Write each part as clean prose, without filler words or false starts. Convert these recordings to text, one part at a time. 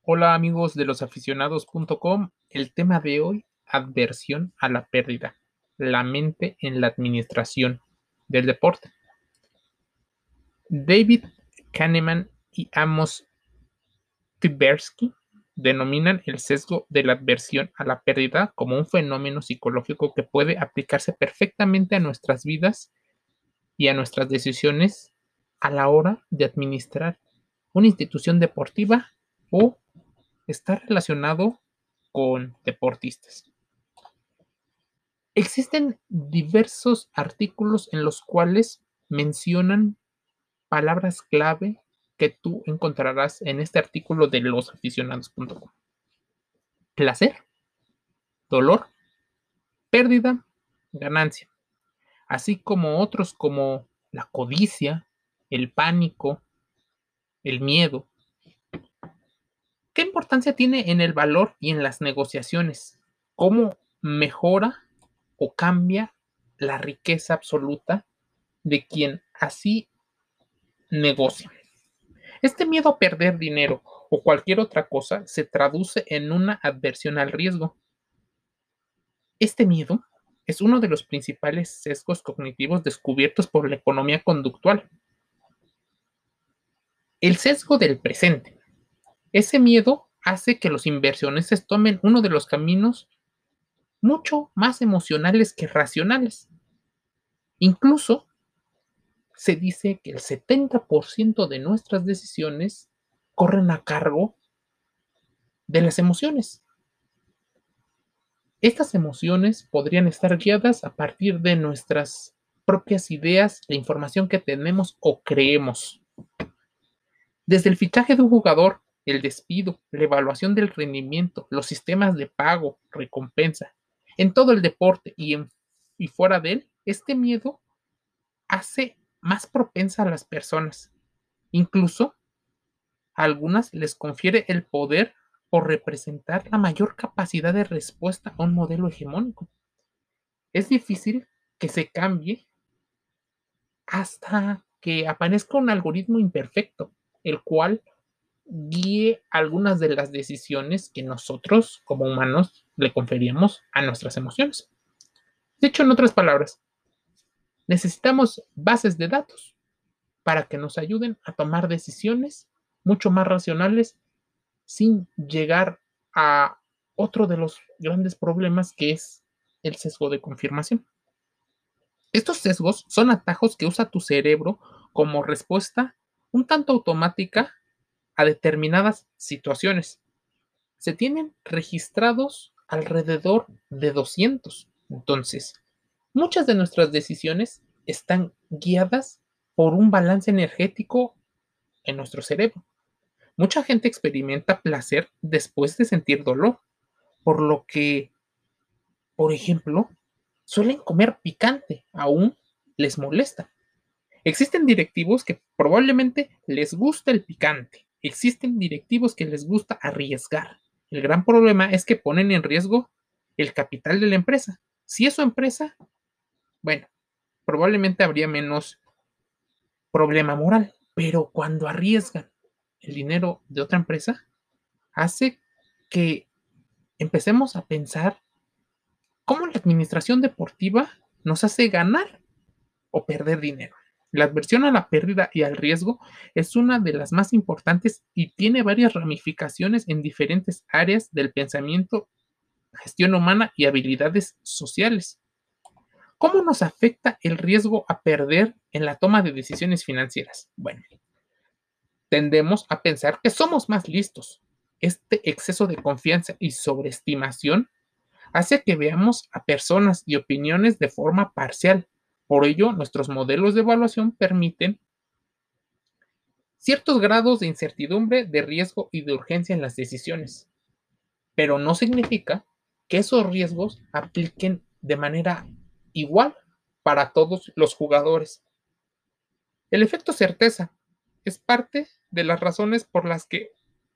Hola amigos de losaficionados.com. El tema de hoy, adversión a la pérdida, la mente en la administración del deporte. David Kahneman y Amos Tversky denominan el sesgo de la adversión a la pérdida como un fenómeno psicológico que puede aplicarse perfectamente a nuestras vidas y a nuestras decisiones a la hora de administrar una institución deportiva o estar relacionado con deportistas. Existen diversos artículos en los cuales mencionan palabras clave que tú encontrarás en este artículo de losaficionados.com. Placer, dolor, pérdida, ganancia, así como otros como la codicia, el pánico, el miedo. ¿Qué importancia tiene en el valor y en las negociaciones? ¿Cómo mejora o cambia la riqueza absoluta de quien así negocia? Este miedo a perder dinero o cualquier otra cosa se traduce en una adversión al riesgo. Este miedo es uno de los principales sesgos cognitivos descubiertos por la economía conductual. El sesgo del presente. Ese miedo hace que los inversionistas tomen uno de los caminos mucho más emocionales que racionales. Incluso se dice que el 70% de nuestras decisiones corren a cargo de las emociones. Estas emociones podrían estar guiadas a partir de nuestras propias ideas, la información que tenemos o creemos. Desde el fichaje de un jugador, el despido, la evaluación del rendimiento, los sistemas de pago, recompensa, en todo el deporte y fuera de él, este miedo hace más propensa a las personas. Incluso a algunas les confiere el poder por representar la mayor capacidad de respuesta a un modelo hegemónico. Es difícil que se cambie hasta que aparezca un algoritmo imperfecto, el cual guíe algunas de las decisiones que nosotros como humanos le conferíamos a nuestras emociones. Dicho en otras palabras, necesitamos bases de datos para que nos ayuden a tomar decisiones mucho más racionales sin llegar a otro de los grandes problemas que es el sesgo de confirmación. Estos sesgos son atajos que usa tu cerebro como respuesta un tanto automática a determinadas situaciones. Se tienen registrados alrededor de 200. Entonces, muchas de nuestras decisiones están guiadas por un balance energético en nuestro cerebro. Mucha gente experimenta placer después de sentir dolor, por lo que, por ejemplo, suelen comer picante, aún les molesta. Existen directivos que probablemente les gusta el picante. Existen directivos que les gusta arriesgar. El gran problema es que ponen en riesgo el capital de la empresa. Si es su empresa, bueno, probablemente habría menos problema moral, pero cuando arriesgan el dinero de otra empresa, hace que empecemos a pensar cómo la administración deportiva nos hace ganar o perder dinero. La adversión a la pérdida y al riesgo es una de las más importantes y tiene varias ramificaciones en diferentes áreas del pensamiento, gestión humana y habilidades sociales. ¿Cómo nos afecta el riesgo a perder en la toma de decisiones financieras? Bueno, tendemos a pensar que somos más listos. Este exceso de confianza y sobreestimación hace que veamos a personas y opiniones de forma parcial. Por ello, nuestros modelos de evaluación permiten ciertos grados de incertidumbre, de riesgo y de urgencia en las decisiones, pero no significa que esos riesgos apliquen de manera igual para todos los jugadores. El efecto certeza es parte de las razones por las que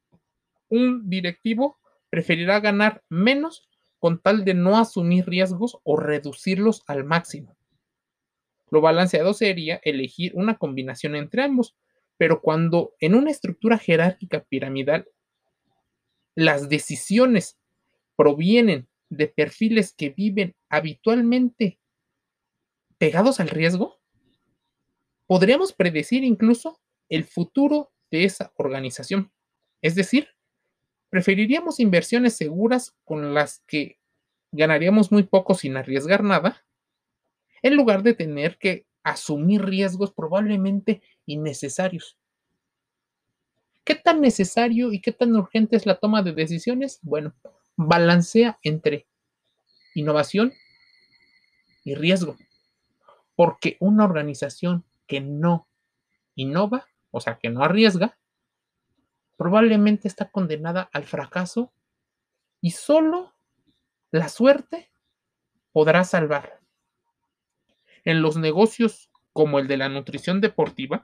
un directivo preferirá ganar menos con tal de no asumir riesgos o reducirlos al máximo. Lo balanceado sería elegir una combinación entre ambos, pero cuando en una estructura jerárquica piramidal las decisiones provienen de perfiles que viven habitualmente pegados al riesgo, podríamos predecir incluso el futuro de esa organización. Es decir, preferiríamos inversiones seguras con las que ganaríamos muy poco sin arriesgar nada, en lugar de tener que asumir riesgos probablemente innecesarios. ¿Qué tan necesario y qué tan urgente es la toma de decisiones? Bueno, balancea entre innovación y riesgo, porque una organización que no innova, o sea, que no arriesga, probablemente está condenada al fracaso y solo la suerte podrá salvar. En los negocios como el de la nutrición deportiva,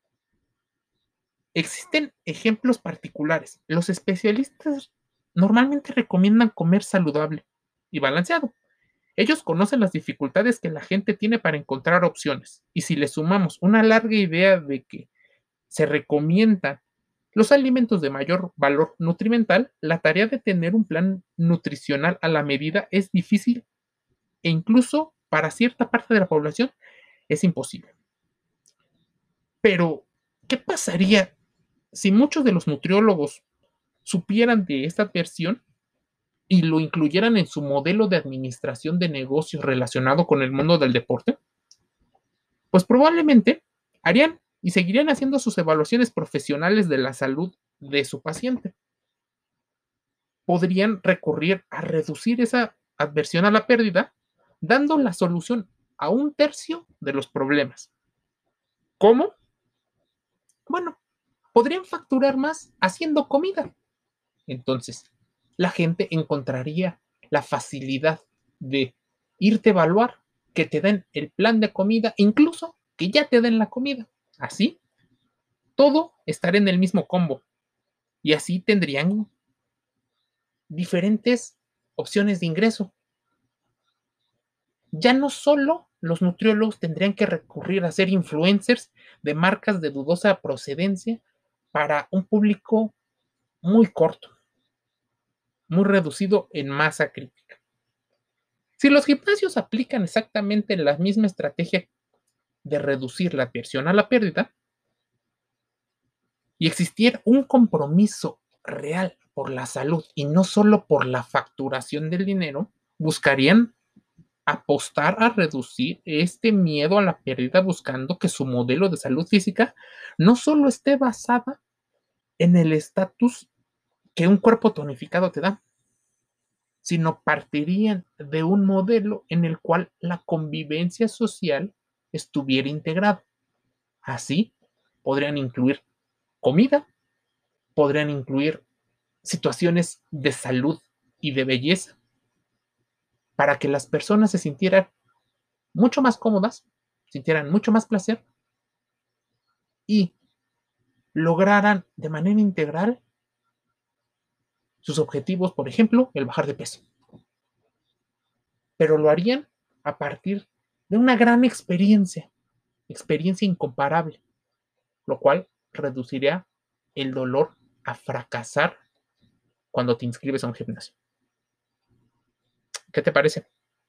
existen ejemplos particulares. Los especialistas normalmente recomiendan comer saludable y balanceado. Ellos conocen las dificultades que la gente tiene para encontrar opciones. Y si le sumamos una larga idea de que se recomiendan los alimentos de mayor valor nutrimental, la tarea de tener un plan nutricional a la medida es difícil e incluso para cierta parte de la población es imposible. Pero, ¿qué pasaría si muchos de los nutriólogos supieran de esta versión y lo incluyeran en su modelo de administración de negocios relacionado con el mundo del deporte? Pues probablemente harían y seguirían haciendo sus evaluaciones profesionales de la salud de su paciente. Podrían recurrir a reducir esa adversión a la pérdida, dando la solución a un tercio de los problemas. ¿Cómo? Bueno, podrían facturar más haciendo comida. Entonces, la gente encontraría la facilidad de irte a evaluar, que te den el plan de comida, incluso que ya te den la comida. Así, todo estará en el mismo combo y así tendrían diferentes opciones de ingreso. Ya no solo los nutriólogos tendrían que recurrir a ser influencers de marcas de dudosa procedencia para un público muy corto, muy reducido en masa crítica. Si los gimnasios aplican exactamente la misma estrategia de reducir la adversión a la pérdida y existiera un compromiso real por la salud y no solo por la facturación del dinero, buscarían apostar a reducir este miedo a la pérdida buscando que su modelo de salud física no solo esté basada en el estatus que un cuerpo tonificado te da, sino partirían de un modelo en el cual la convivencia social estuviera integrada. Así, podrían incluir comida, podrían incluir situaciones de salud y de belleza para que las personas se sintieran mucho más cómodas, sintieran mucho más placer y lograran de manera integral sus objetivos, por ejemplo, el bajar de peso. Pero lo harían a partir de una gran experiencia incomparable, lo cual reduciría el dolor a fracasar cuando te inscribes a un gimnasio. ¿Qué te parece?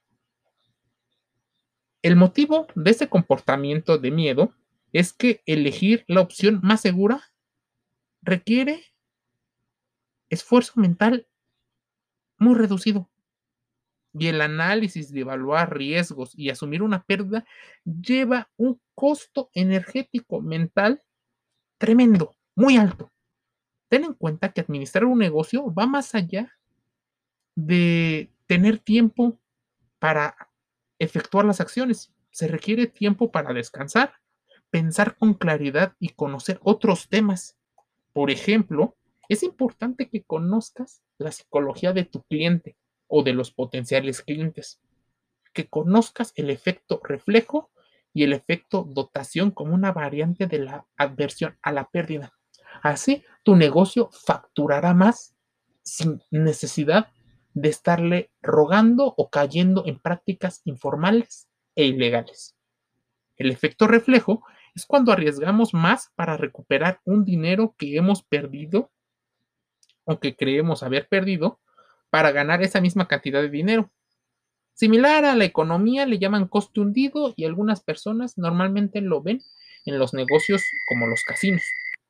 El motivo de este comportamiento de miedo es que elegir la opción más segura requiere esfuerzo mental muy reducido y el análisis de evaluar riesgos y asumir una pérdida lleva un costo energético mental tremendo, muy alto. Ten en cuenta que administrar un negocio va más allá de tener tiempo para efectuar las acciones. Se requiere tiempo para descansar, pensar con claridad y conocer otros temas. Por ejemplo, es importante que conozcas la psicología de tu cliente o de los potenciales clientes, que conozcas el efecto reflejo y el efecto dotación como una variante de la adversión a la pérdida. Así, tu negocio facturará más sin necesidad de estarle rogando o cayendo en prácticas informales e ilegales. El efecto reflejo es cuando arriesgamos más para recuperar un dinero que hemos perdido aunque creemos haber perdido, para ganar esa misma cantidad de dinero. Similar a la economía, le llaman coste hundido y algunas personas normalmente lo ven en los negocios como los casinos.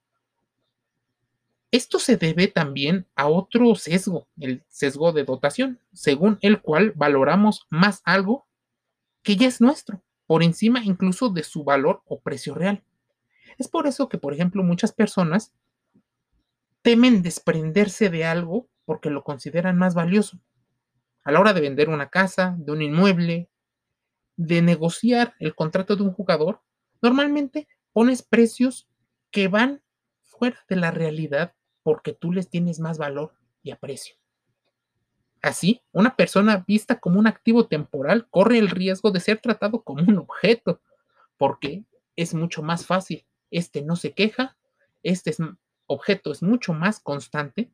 Esto se debe también a otro sesgo, el sesgo de dotación, según el cual valoramos más algo que ya es nuestro, por encima incluso de su valor o precio real. Es por eso que, por ejemplo, muchas personas temen desprenderse de algo porque lo consideran más valioso. A la hora de vender una casa, de un inmueble, de negociar el contrato de un jugador, normalmente pones precios que van fuera de la realidad porque tú les tienes más valor y aprecio. Así, una persona vista como un activo temporal corre el riesgo de ser tratado como un objeto, porque es mucho más fácil. Este no se queja, este objeto es mucho más constante.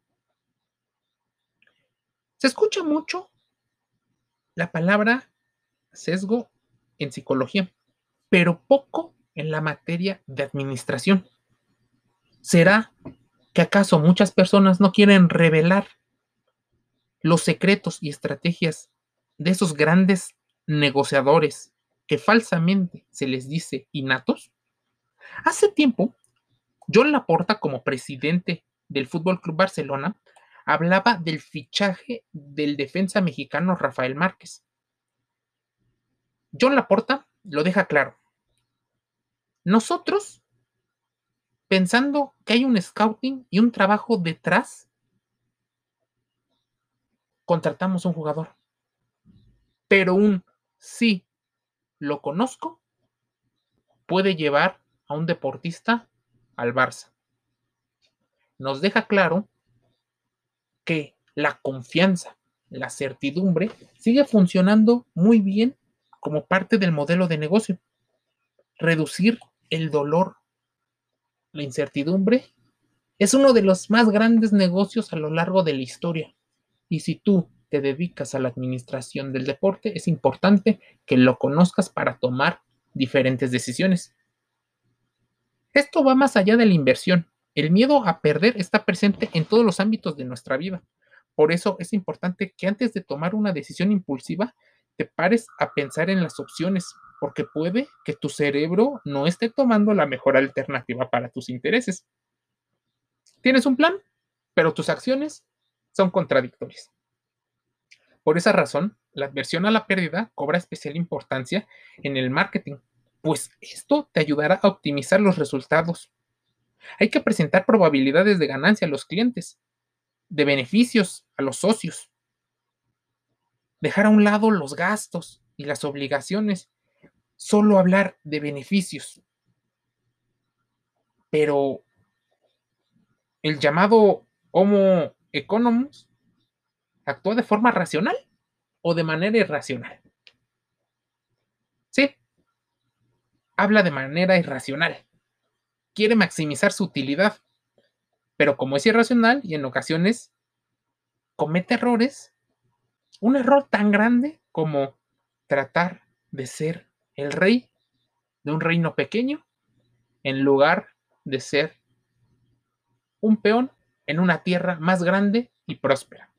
Se escucha mucho la palabra sesgo en psicología, pero poco en la materia de administración. ¿Será que acaso muchas personas no quieren revelar los secretos y estrategias de esos grandes negociadores que falsamente se les dice innatos? Hace tiempo, John Laporta, como presidente del Fútbol Club Barcelona, hablaba del fichaje del defensa mexicano Rafael Márquez. John Laporta lo deja claro. Nosotros, pensando que hay un scouting y un trabajo detrás, contratamos un jugador. Pero un sí lo conozco puede llevar a un deportista al Barça. Nos deja claro que la confianza, la certidumbre, sigue funcionando muy bien como parte del modelo de negocio. Reducir el dolor, la incertidumbre, es uno de los más grandes negocios a lo largo de la historia. Y si tú te dedicas a la administración del deporte, es importante que lo conozcas para tomar diferentes decisiones. Esto va más allá de la inversión. El miedo a perder está presente en todos los ámbitos de nuestra vida. Por eso es importante que antes de tomar una decisión impulsiva, te pares a pensar en las opciones, porque puede que tu cerebro no esté tomando la mejor alternativa para tus intereses. Tienes un plan, pero tus acciones son contradictorias. Por esa razón, la adversión a la pérdida cobra especial importancia en el marketing, pues esto te ayudará a optimizar los resultados. Hay que presentar probabilidades de ganancia a los clientes, de beneficios a los socios, dejar a un lado los gastos y las obligaciones, solo hablar de beneficios. Pero el llamado Homo economos actúa de forma racional o de manera irracional. Sí, habla de manera irracional. Quiere maximizar su utilidad, pero como es irracional y en ocasiones comete errores, un error tan grande como tratar de ser el rey de un reino pequeño en lugar de ser un peón en una tierra más grande y próspera.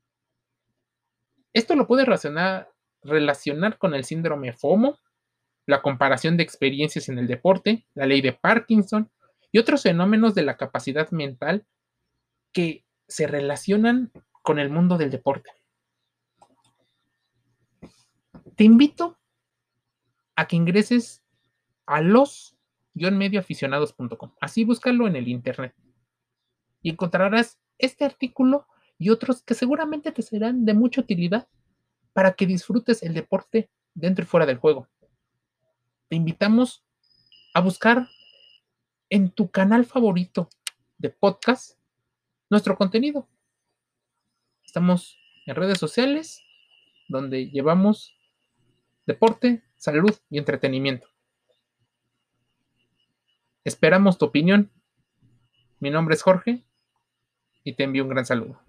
Esto lo puede relacionar con el síndrome FOMO, la comparación de experiencias en el deporte, la ley de Parkinson y otros fenómenos de la capacidad mental que se relacionan con el mundo del deporte. Te invito a que ingreses a los-medioaficionados.com. Así búscalo en el internet y encontrarás este artículo y otros que seguramente te serán de mucha utilidad para que disfrutes el deporte dentro y fuera del juego. Te invitamos a buscar en tu canal favorito de podcast nuestro contenido. Estamos en redes sociales donde llevamos deporte, salud y entretenimiento. Esperamos tu opinión. Mi nombre es Jorge y te envío un gran saludo.